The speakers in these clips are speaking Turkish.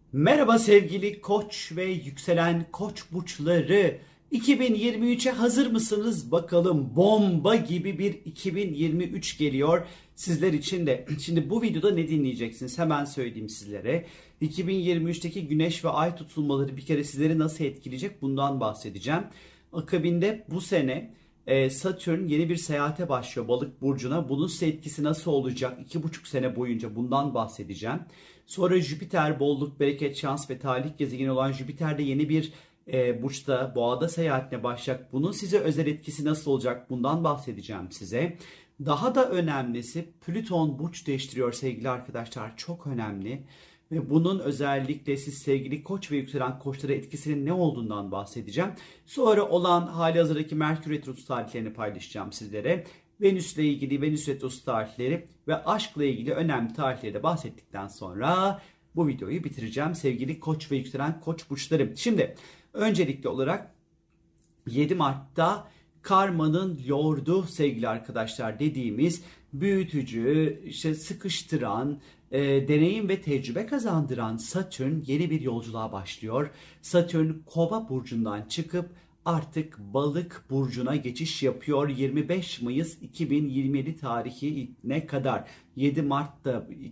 Merhaba sevgili Koç ve yükselen Koç burçları. 2023'e hazır mısınız? Bakalım bomba gibi bir 2023 geliyor sizler için de. Şimdi bu videoda ne dinleyeceksiniz? Hemen söyleyeyim sizlere. 2023'teki güneş ve ay tutulmaları bir kere sizleri nasıl etkileyecek? Bundan bahsedeceğim. Akabinde bu sene Satürn yeni bir seyahate başlıyor Balık burcuna. Bunun size etkisi nasıl olacak? 2,5 sene boyunca bundan bahsedeceğim. Sonra Jüpiter bolluk, bereket, şans ve talih gezegeni olan Jüpiter de yeni bir burçta Boğa'da seyahatine başlayacak. Bunun size özel etkisi nasıl olacak? Bundan bahsedeceğim size. Daha da önemlisi Plüton burç değiştiriyor sevgili arkadaşlar. Çok önemli. Ve bunun özellikle siz sevgili Koç ve yükselen Koçlara etkisinin ne olduğundan bahsedeceğim. Sonra olan hali hazırdaki Merkür Retrosu tarihlerini paylaşacağım sizlere. Venüs'le ilgili Venüs Retrosu tarihleri ve aşkla ilgili önemli tarihleri de bahsettikten sonra bu videoyu bitireceğim sevgili Koç ve yükselen Koç burçları. Şimdi öncelikli olarak 7 Mart'ta karmanın lordu sevgili arkadaşlar dediğimiz büyütücü, işte sıkıştıran, deneyim ve tecrübe kazandıran Satürn yeni bir yolculuğa başlıyor. Satürn Kova burcundan çıkıp artık Balık burcuna geçiş yapıyor 25 Mayıs 2027 tarihine kadar. 7 Mart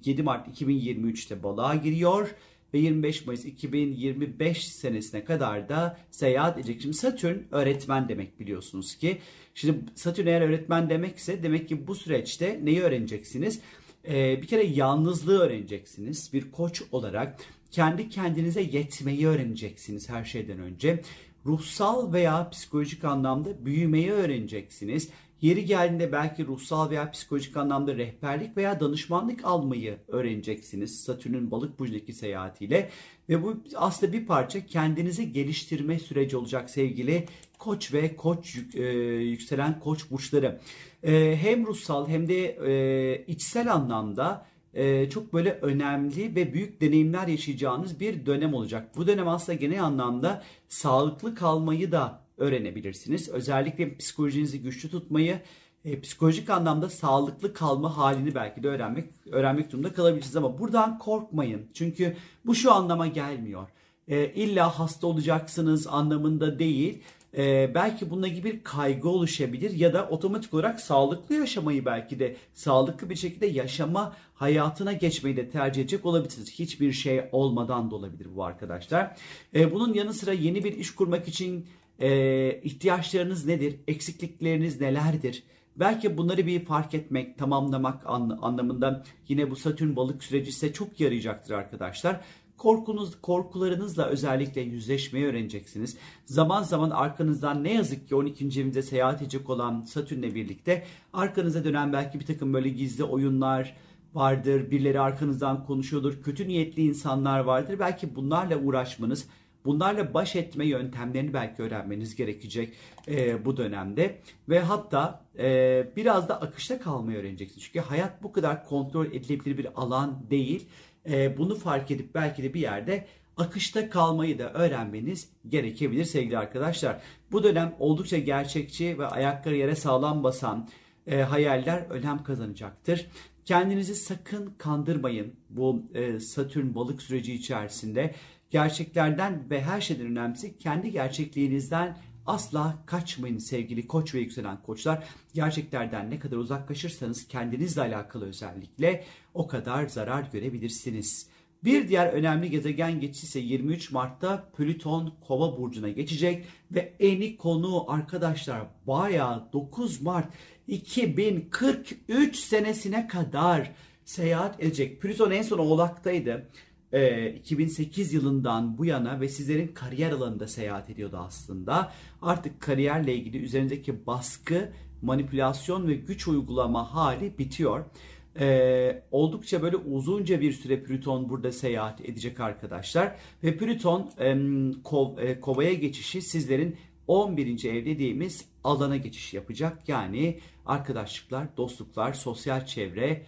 2023'te Balığa giriyor ve 25 Mayıs 2025 senesine kadar da seyahat edecek. Şimdi Satürn öğretmen demek biliyorsunuz ki. Şimdi Satürn eğer öğretmen demekse demek ki bu süreçte neyi öğreneceksiniz? Bir kere yalnızlığı öğreneceksiniz. Bir koç olarak kendi kendinize yetmeyi öğreneceksiniz her şeyden önce. Ruhsal veya psikolojik anlamda büyümeyi öğreneceksiniz. Yeri geldiğinde belki ruhsal veya psikolojik anlamda rehberlik veya danışmanlık almayı öğreneceksiniz Satürn'ün Balık burcundaki seyahatiyle. Ve bu aslında bir parça kendinizi geliştirme süreci olacak sevgili Koç ve yükselen Koç burçları. Hem ruhsal hem de içsel anlamda çok böyle önemli ve büyük deneyimler yaşayacağınız bir dönem olacak. Bu dönem aslında genel anlamda sağlıklı kalmayı da öğrenebilirsiniz. Özellikle psikolojinizi güçlü tutmayı, psikolojik anlamda sağlıklı kalma halini belki de öğrenmek durumunda kalabilirsiniz. Ama buradan korkmayın. Çünkü bu şu anlama gelmiyor. İlla hasta olacaksınız anlamında değil. Belki bununla gibi bir kaygı oluşabilir ya da otomatik olarak sağlıklı yaşamayı belki de sağlıklı bir şekilde yaşama hayatına geçmeyi de tercih edecek olabilirsiniz. Hiçbir şey olmadan da olabilir bu arkadaşlar. Bunun yanı sıra yeni bir iş kurmak için ihtiyaçlarınız nedir? Eksiklikleriniz nelerdir? Belki bunları bir fark etmek, tamamlamak anlamında yine bu Satürn balık süreci size çok yarayacaktır arkadaşlar. Korkularınızla özellikle yüzleşmeyi öğreneceksiniz. Zaman zaman arkanızdan ne yazık ki 12. evinize seyahat edecek olan Satürn'le birlikte arkanıza dönen belki bir takım böyle gizli oyunlar vardır. Birileri arkanızdan konuşuyordur. Kötü niyetli insanlar vardır. Belki bunlarla uğraşmanız, bunlarla baş etme yöntemlerini belki öğrenmeniz gerekecek bu dönemde. Ve hatta biraz da akışta kalmayı öğreneceksiniz. Çünkü hayat bu kadar kontrol edilebilir bir alan değil. Bunu fark edip belki de bir yerde akışta kalmayı da öğrenmeniz gerekebilir sevgili arkadaşlar. Bu dönem oldukça gerçekçi ve ayakları yere sağlam basan hayaller önem kazanacaktır. Kendinizi sakın kandırmayın bu Satürn balık süreci içerisinde. Gerçeklerden ve her şeyden önemlisi kendi gerçekliğinizden asla kaçmayın sevgili Koç ve yükselen Koçlar. Gerçeklerden ne kadar uzaklaşırsanız kendinizle alakalı özellikle o kadar zarar görebilirsiniz. Bir diğer önemli gezegen geçişi ise 23 Mart'ta Plüton Kova burcuna geçecek ve eni konu arkadaşlar bayağı 9 Mart 2043 senesine kadar seyahat edecek. Plüton en son Oğlak'taydı. 2008 yılından bu yana ve sizlerin kariyer alanında seyahat ediyordu aslında. Artık kariyerle ilgili üzerindeki baskı, manipülasyon ve güç uygulama hali bitiyor. Oldukça böyle uzunca bir süre Plüton burada seyahat edecek arkadaşlar. Ve Plüton Kova'ya geçişi sizlerin 11. ev dediğimiz alana geçiş yapacak. Yani arkadaşlıklar, dostluklar, sosyal çevre,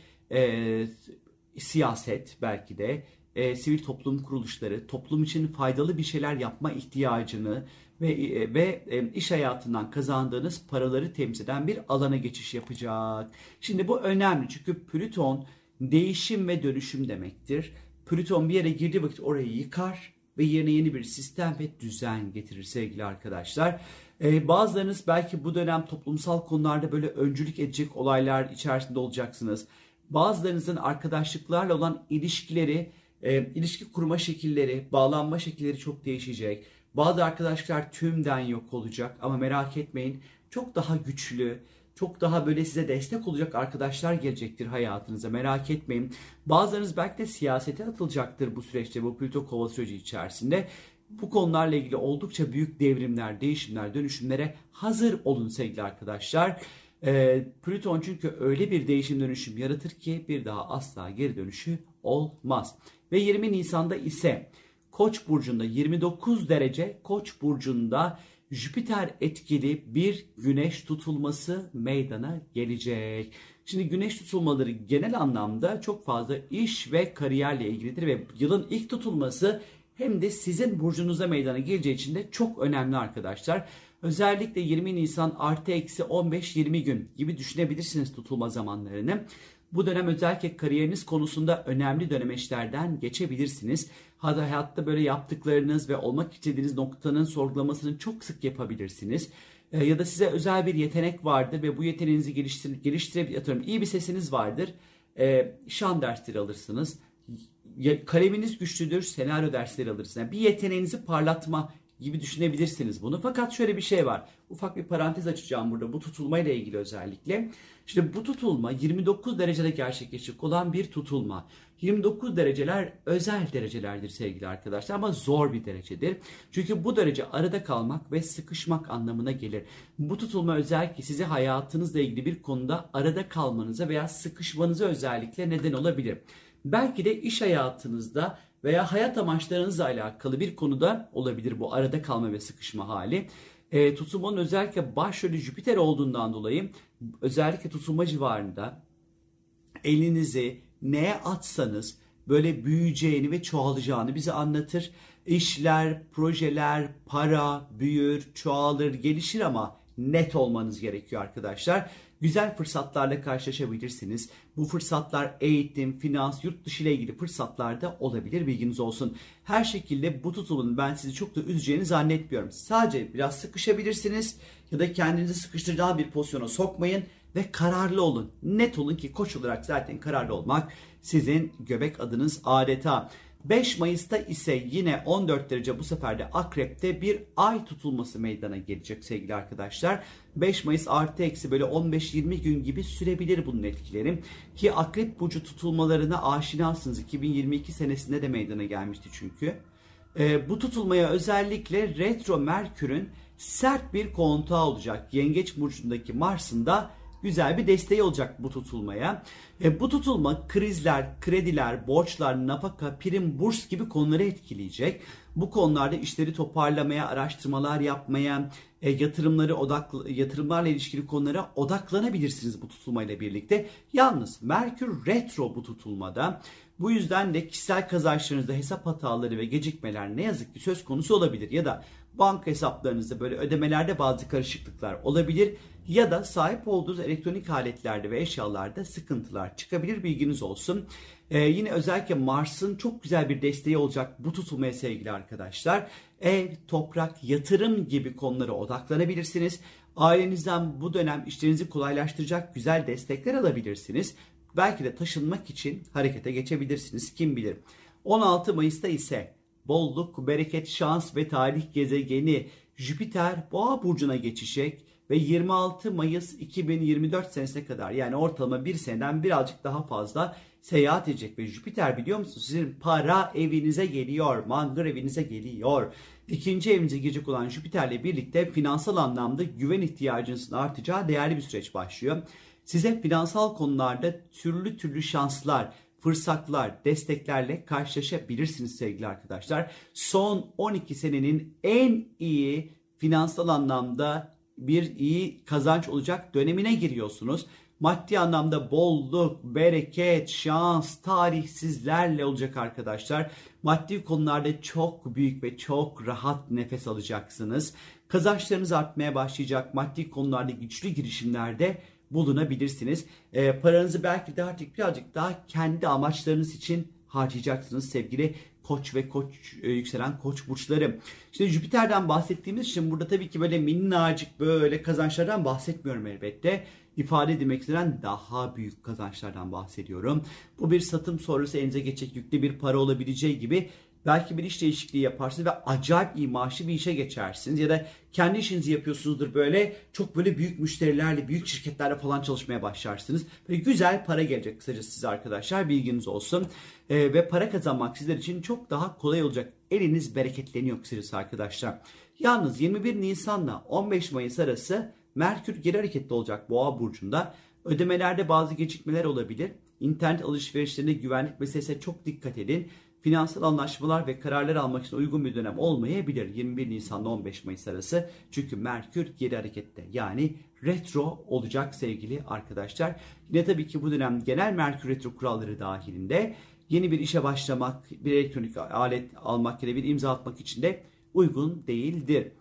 siyaset belki de sivil toplum kuruluşları, toplum için faydalı bir şeyler yapma ihtiyacını ve iş hayatından kazandığınız paraları temsil eden bir alana geçiş yapacak. Şimdi bu önemli çünkü Plüton değişim ve dönüşüm demektir. Plüton bir yere girdiği vakit orayı yıkar ve yerine yeni bir sistem ve düzen getirir sevgili arkadaşlar. Bazılarınız belki bu dönem toplumsal konularda böyle öncülük edecek olaylar içerisinde olacaksınız. Bazılarınızın arkadaşlıklarla olan ilişkileri, ilişki kurma şekilleri, bağlanma şekilleri çok değişecek. Bazı arkadaşlar tümden yok olacak ama merak etmeyin, çok daha güçlü, çok daha böyle size destek olacak arkadaşlar gelecektir hayatınıza, merak etmeyin. Bazılarınız belki de siyasete atılacaktır bu süreçte, bu Plüto Kova süreci içerisinde. Bu konularla ilgili oldukça büyük devrimler, değişimler, dönüşümlere hazır olun sevgili arkadaşlar. Plüton çünkü öyle bir değişim dönüşüm yaratır ki bir daha asla geri dönüşü olmaz. Ve 20 Nisan'da ise Koç burcunda 29 derece Koç burcunda Jüpiter etkili bir güneş tutulması meydana gelecek. Şimdi güneş tutulmaları genel anlamda çok fazla iş ve kariyerle ilgilidir ve yılın ilk tutulması hem de sizin burcunuza meydana geleceği için de çok önemli arkadaşlar. Özellikle 20 Nisan artı eksi 15-20 gün gibi düşünebilirsiniz tutulma zamanlarını. Bu dönem özellikle kariyeriniz konusunda önemli dönemeçlerden geçebilirsiniz. Hayatta böyle yaptıklarınız ve olmak istediğiniz noktanın sorgulamasını çok sık yapabilirsiniz. Ya da size özel bir yetenek vardır ve bu yeteneğinizi geliştirebilirsiniz. İyi bir sesiniz vardır. Şan dersleri alırsınız. Kaleminiz güçlüdür, senaryo dersleri alırsınız. Yani bir yeteneğinizi parlatma gibi düşünebilirsiniz bunu. Fakat şöyle bir şey var. Ufak bir parantez açacağım burada bu tutulmayla ilgili özellikle. İşte bu tutulma 29 derecede gerçekleşecek olan bir tutulma. 29 dereceler özel derecelerdir sevgili arkadaşlar ama zor bir derecedir. Çünkü bu derece arada kalmak ve sıkışmak anlamına gelir. Bu tutulma özellikle size hayatınızla ilgili bir konuda arada kalmanıza veya sıkışmanıza özellikle neden olabilir. Belki de iş hayatınızda veya hayat amaçlarınızla alakalı bir konuda olabilir bu arada kalma ve sıkışma hali. Tutulmanın özellikle başrolü Jüpiter olduğundan dolayı özellikle tutulma civarında elinizi neye atsanız böyle büyüyeceğini ve çoğalacağını bize anlatır. İşler, projeler, para büyür, çoğalır, gelişir ama net olmanız gerekiyor arkadaşlar. Güzel fırsatlarla karşılaşabilirsiniz. Bu fırsatlar eğitim, finans, yurt dışı ile ilgili fırsatlar da olabilir, bilginiz olsun. Her şekilde bu tutulmanın ben sizi çok da üzeceğini zannetmiyorum. Sadece biraz sıkışabilirsiniz ya da kendinizi sıkıştıracağı bir pozisyona sokmayın ve kararlı olun. Net olun ki koç olarak zaten kararlı olmak sizin göbek adınız adeta. 5 Mayıs'ta ise yine 14 derece bu sefer de Akrep'te bir ay tutulması meydana gelecek sevgili arkadaşlar. 5 Mayıs artı eksi böyle 15-20 gün gibi sürebilir bunun etkileri. Ki Akrep burcu tutulmalarına aşinasınız. 2022 senesinde de meydana gelmişti çünkü. Bu tutulmaya özellikle retro Merkür'ün sert bir kontağı olacak. Yengeç burcundaki Mars'ın da güzel bir desteği olacak bu tutulmaya. Bu tutulma krizler, krediler, borçlar, nafaka, prim, burs gibi konuları etkileyecek. Bu konularda işleri toparlamaya, araştırmalar yapmaya, yatırımlarla ilişkili konulara odaklanabilirsiniz bu tutulmayla birlikte. Yalnız Merkür retro bu tutulmada. Bu yüzden de kişisel kazançlarınızda hesap hataları ve gecikmeler ne yazık ki söz konusu olabilir. Ya da banka hesaplarınızda böyle ödemelerde bazı karışıklıklar olabilir. Ya da sahip olduğunuz elektronik aletlerde ve eşyalarda sıkıntılar çıkabilir, bilginiz olsun. Yine özellikle Mars'ın çok güzel bir desteği olacak bu tutulmaya sevgili arkadaşlar. Ev, toprak, yatırım gibi konulara odaklanabilirsiniz. Ailenizden bu dönem işlerinizi kolaylaştıracak güzel destekler alabilirsiniz. Belki de taşınmak için harekete geçebilirsiniz, kim bilir. 16 Mayıs'ta ise bolluk, bereket, şans ve tarih gezegeni Jüpiter Boğa burcuna geçecek ve 26 Mayıs 2024 senesine kadar, yani ortalama bir seneden birazcık daha fazla seyahat edecek ve Jüpiter biliyor musunuz sizin para evinize geliyor, mangır evinize geliyor. İkinci evinize girecek olan Jüpiter'le birlikte finansal anlamda güven ihtiyacınızın artacağı değerli bir süreç başlıyor. Size finansal konularda türlü türlü şanslar, fırsatlar, desteklerle karşılaşabilirsiniz sevgili arkadaşlar. Son 12 senenin en iyi finansal anlamda bir iyi kazanç olacak dönemine giriyorsunuz. Maddi anlamda bolluk, bereket, şans, tarih sizlerle olacak arkadaşlar. Maddi konularda çok büyük ve çok rahat nefes alacaksınız. Kazançlarınız artmaya başlayacak. Maddi konularda güçlü girişimlerde bulunabilirsiniz. Paranızı belki de artık birazcık daha kendi amaçlarınız için harcayacaksınız sevgili Koç ve yükselen Koç burçları. Şimdi Jüpiter'den bahsettiğimiz için burada tabii ki böyle minnacık böyle kazançlardan bahsetmiyorum elbette. İfade edilmek istenen daha büyük kazançlardan bahsediyorum. Bu bir satım sonrası elinize geçecek yüklü bir para olabileceği gibi belki bir iş değişikliği yaparsınız ve acayip iyi maaşlı bir işe geçersiniz. Ya da kendi işinizi yapıyorsunuzdur böyle. Çok böyle büyük müşterilerle, büyük şirketlerle falan çalışmaya başlarsınız. Böyle güzel para gelecek kısacası size arkadaşlar. Bilginiz olsun. Ve para kazanmak sizler için çok daha kolay olacak. Eliniz bereketleniyor kısacası arkadaşlar. Yalnız 21 Nisan'la 15 Mayıs arası Merkür geri hareketli olacak Boğa burcunda. Ödemelerde bazı gecikmeler olabilir. İnternet alışverişlerinde güvenlik meselesine çok dikkat edin. Finansal anlaşmalar ve kararlar almak için uygun bir dönem olmayabilir 21 Nisan ile 15 Mayıs arası. Çünkü Merkür geri harekette, yani retro olacak sevgili arkadaşlar. Yine tabii ki bu dönem genel Merkür retro kuralları dahilinde yeni bir işe başlamak, bir elektronik alet almak ya da bir imza atmak için de uygun değildir.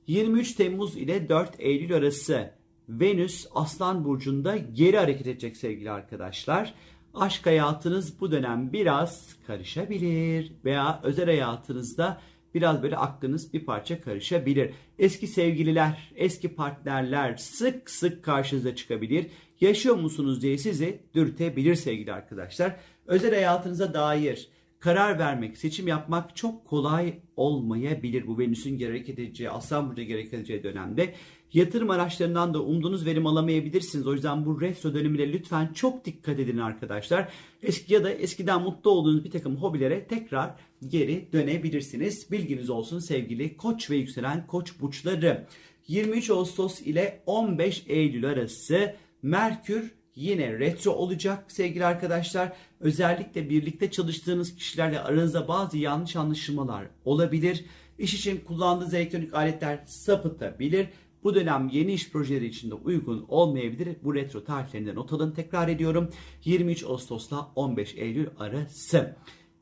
23 Temmuz ile 4 Eylül arası Venüs Aslan burcunda geri hareket edecek sevgili arkadaşlar. Aşk hayatınız bu dönem biraz karışabilir veya özel hayatınızda biraz böyle aklınız bir parça karışabilir. Eski sevgililer, eski partnerler sık sık karşınıza çıkabilir. Yaşıyor musunuz diye sizi dürtebilir sevgili arkadaşlar. Özel hayatınıza dair karar vermek, seçim yapmak çok kolay olmayabilir bu Venüs'ün geri hareket edeceği, Aslan burcu geri hareket edeceği dönemde. Yatırım araçlarından da umduğunuz verim alamayabilirsiniz. O yüzden bu retro dönemine lütfen çok dikkat edin arkadaşlar. Eski ya da eskiden mutlu olduğunuz bir takım hobilere tekrar geri dönebilirsiniz. Bilginiz olsun sevgili Koç ve yükselen Koç burçları. 23 Ağustos ile 15 Eylül arası Merkür yine retro olacak sevgili arkadaşlar. Özellikle birlikte çalıştığınız kişilerle aranızda bazı yanlış anlaşılmalar olabilir. İş için kullandığınız elektronik aletler sapıtabilir. Bu dönem yeni iş projeleri için de uygun olmayabilir. Bu retro tarihlerinden not alın. Tekrar ediyorum. 23 Ağustos'la 15 Eylül arası.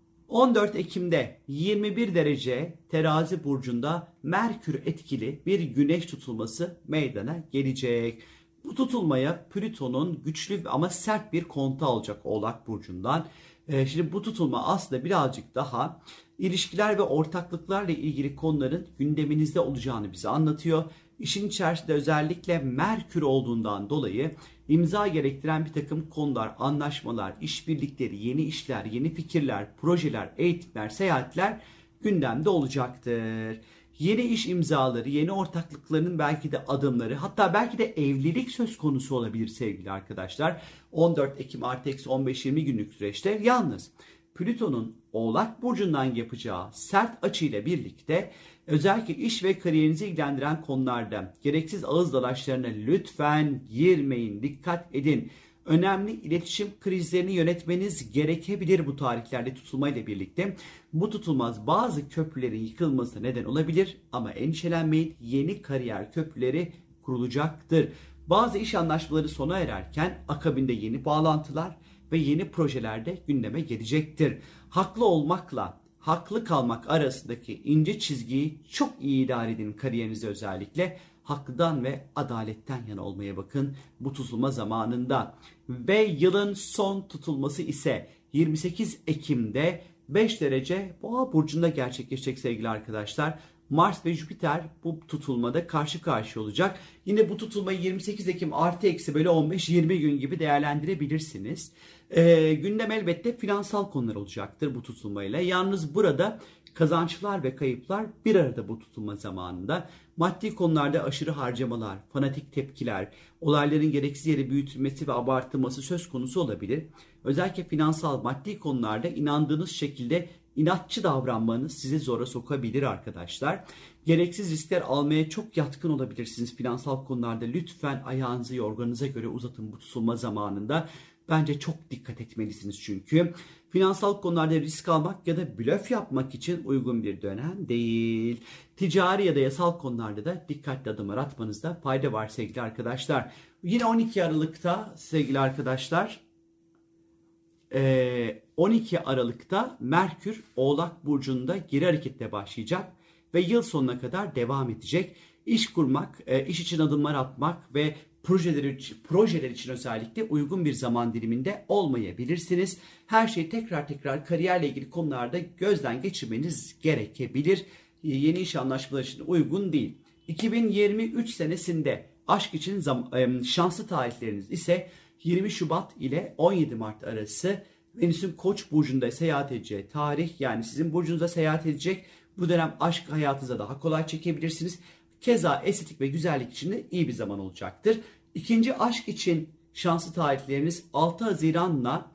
14 Ekim'de 21 derece Terazi burcunda Merkür etkili bir güneş tutulması meydana gelecek. Bu tutulmaya Plüton'un güçlü ama sert bir kontağı olacak Oğlak burcundan. Şimdi bu tutulma aslında birazcık daha ilişkiler ve ortaklıklarla ilgili konuların gündeminizde olacağını bize anlatıyor. İşin içerisinde özellikle Merkür olduğundan dolayı imza gerektiren bir takım konular, anlaşmalar, işbirlikleri, yeni işler, yeni fikirler, projeler, eğitimler, seyahatler gündemde olacaktır. Yeni iş imzaları, yeni ortaklıkların belki de adımları, hatta belki de evlilik söz konusu olabilir sevgili arkadaşlar. 14 Ekim artı eksi 15-20 günlük süreçte yalnız Plüton'un Oğlak burcundan yapacağı sert açıyla birlikte özellikle iş ve kariyerinizi ilgilendiren konularda gereksiz ağız dalaşlarına lütfen girmeyin, dikkat edin. Önemli iletişim krizlerini yönetmeniz gerekebilir bu tarihlerde tutulmayla birlikte. Bu tutulmaz bazı köprülerin yıkılmasına neden olabilir ama endişelenmeyin, yeni kariyer köprüleri kurulacaktır. Bazı iş anlaşmaları sona ererken akabinde yeni bağlantılar ve yeni projeler de gündeme gelecektir. Haklı olmakla haklı kalmak arasındaki ince çizgiyi çok iyi idare edin kariyerinizde özellikle. Haklıdan ve adaletten yana olmaya bakın bu tutulma zamanında. Ve yılın son tutulması ise 28 Ekim'de 5 derece Boğa burcunda gerçekleşecek sevgili arkadaşlar. Mars ve Jüpiter bu tutulmada karşı karşıya olacak. Yine bu tutulmayı 28 Ekim artı eksi böyle 15-20 gün gibi değerlendirebilirsiniz. Gündem elbette finansal konular olacaktır bu tutulmayla. Yalnız burada kazançlar ve kayıplar bir arada bu tutulma zamanında. Maddi konularda aşırı harcamalar, fanatik tepkiler, olayların gereksiz yere büyütülmesi ve abartılması söz konusu olabilir. Özellikle finansal, maddi konularda inandığınız şekilde inatçı davranmanız sizi zora sokabilir arkadaşlar. Gereksiz riskler almaya çok yatkın olabilirsiniz finansal konularda. Lütfen ayağınızı yorganınıza göre uzatın bu tutulma zamanında. Bence çok dikkat etmelisiniz çünkü. Finansal konularda risk almak ya da blöf yapmak için uygun bir dönem değil. Ticari ya da yasal konularda da dikkatli adımlar atmanızda fayda var sevgili arkadaşlar. Yine 12 Aralık'ta sevgili arkadaşlar 12 Aralık'ta Merkür Oğlak Burcu'nda geri hareketle başlayacak ve yıl sonuna kadar devam edecek. İş kurmak, iş için adımlar atmak ve projeler için özellikle uygun bir zaman diliminde olmayabilirsiniz. Her şeyi tekrar kariyerle ilgili konularda gözden geçirmeniz gerekebilir. Yeni iş anlaşmaları için uygun değil. 2023 senesinde aşk için şanslı tarihleriniz ise 20 Şubat ile 17 Mart arası. Venüs'ün Koç burcunda seyahat edeceği tarih, yani sizin burcunuzda seyahat edecek. Bu dönem aşk hayatınıza daha kolay çekebilirsiniz. Keza estetik ve güzellik için de iyi bir zaman olacaktır. İkinci aşk için şanslı tarihleriniz 6 Haziran'la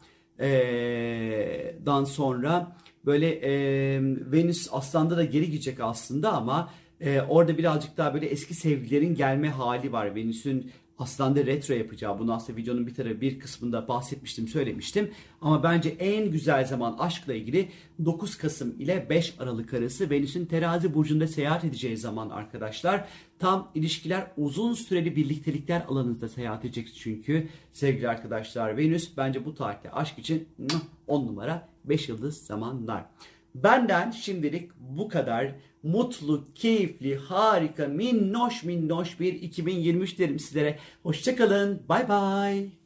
dan sonra böyle Venüs Aslan'da da geri gidecek aslında, ama orada birazcık daha böyle eski sevgililerin gelme hali var. Venüs'ün Aslan'da retro yapacağı, bunu aslında videonun bir kısmında bahsetmiştim, söylemiştim. Ama bence en güzel zaman aşkla ilgili 9 Kasım ile 5 Aralık arası Venüs'ün Terazi burcunda seyahat edeceği zaman arkadaşlar. Tam ilişkiler, uzun süreli birliktelikler alanınızda seyahat edecek çünkü sevgili arkadaşlar. Venüs bence bu tarihte aşk için 10 numara 5 yıldız zamanlar. Benden şimdilik bu kadar. Mutlu, keyifli, harika, minnoş bir 2023 derim sizlere. Hoşça kalın. Bay bay.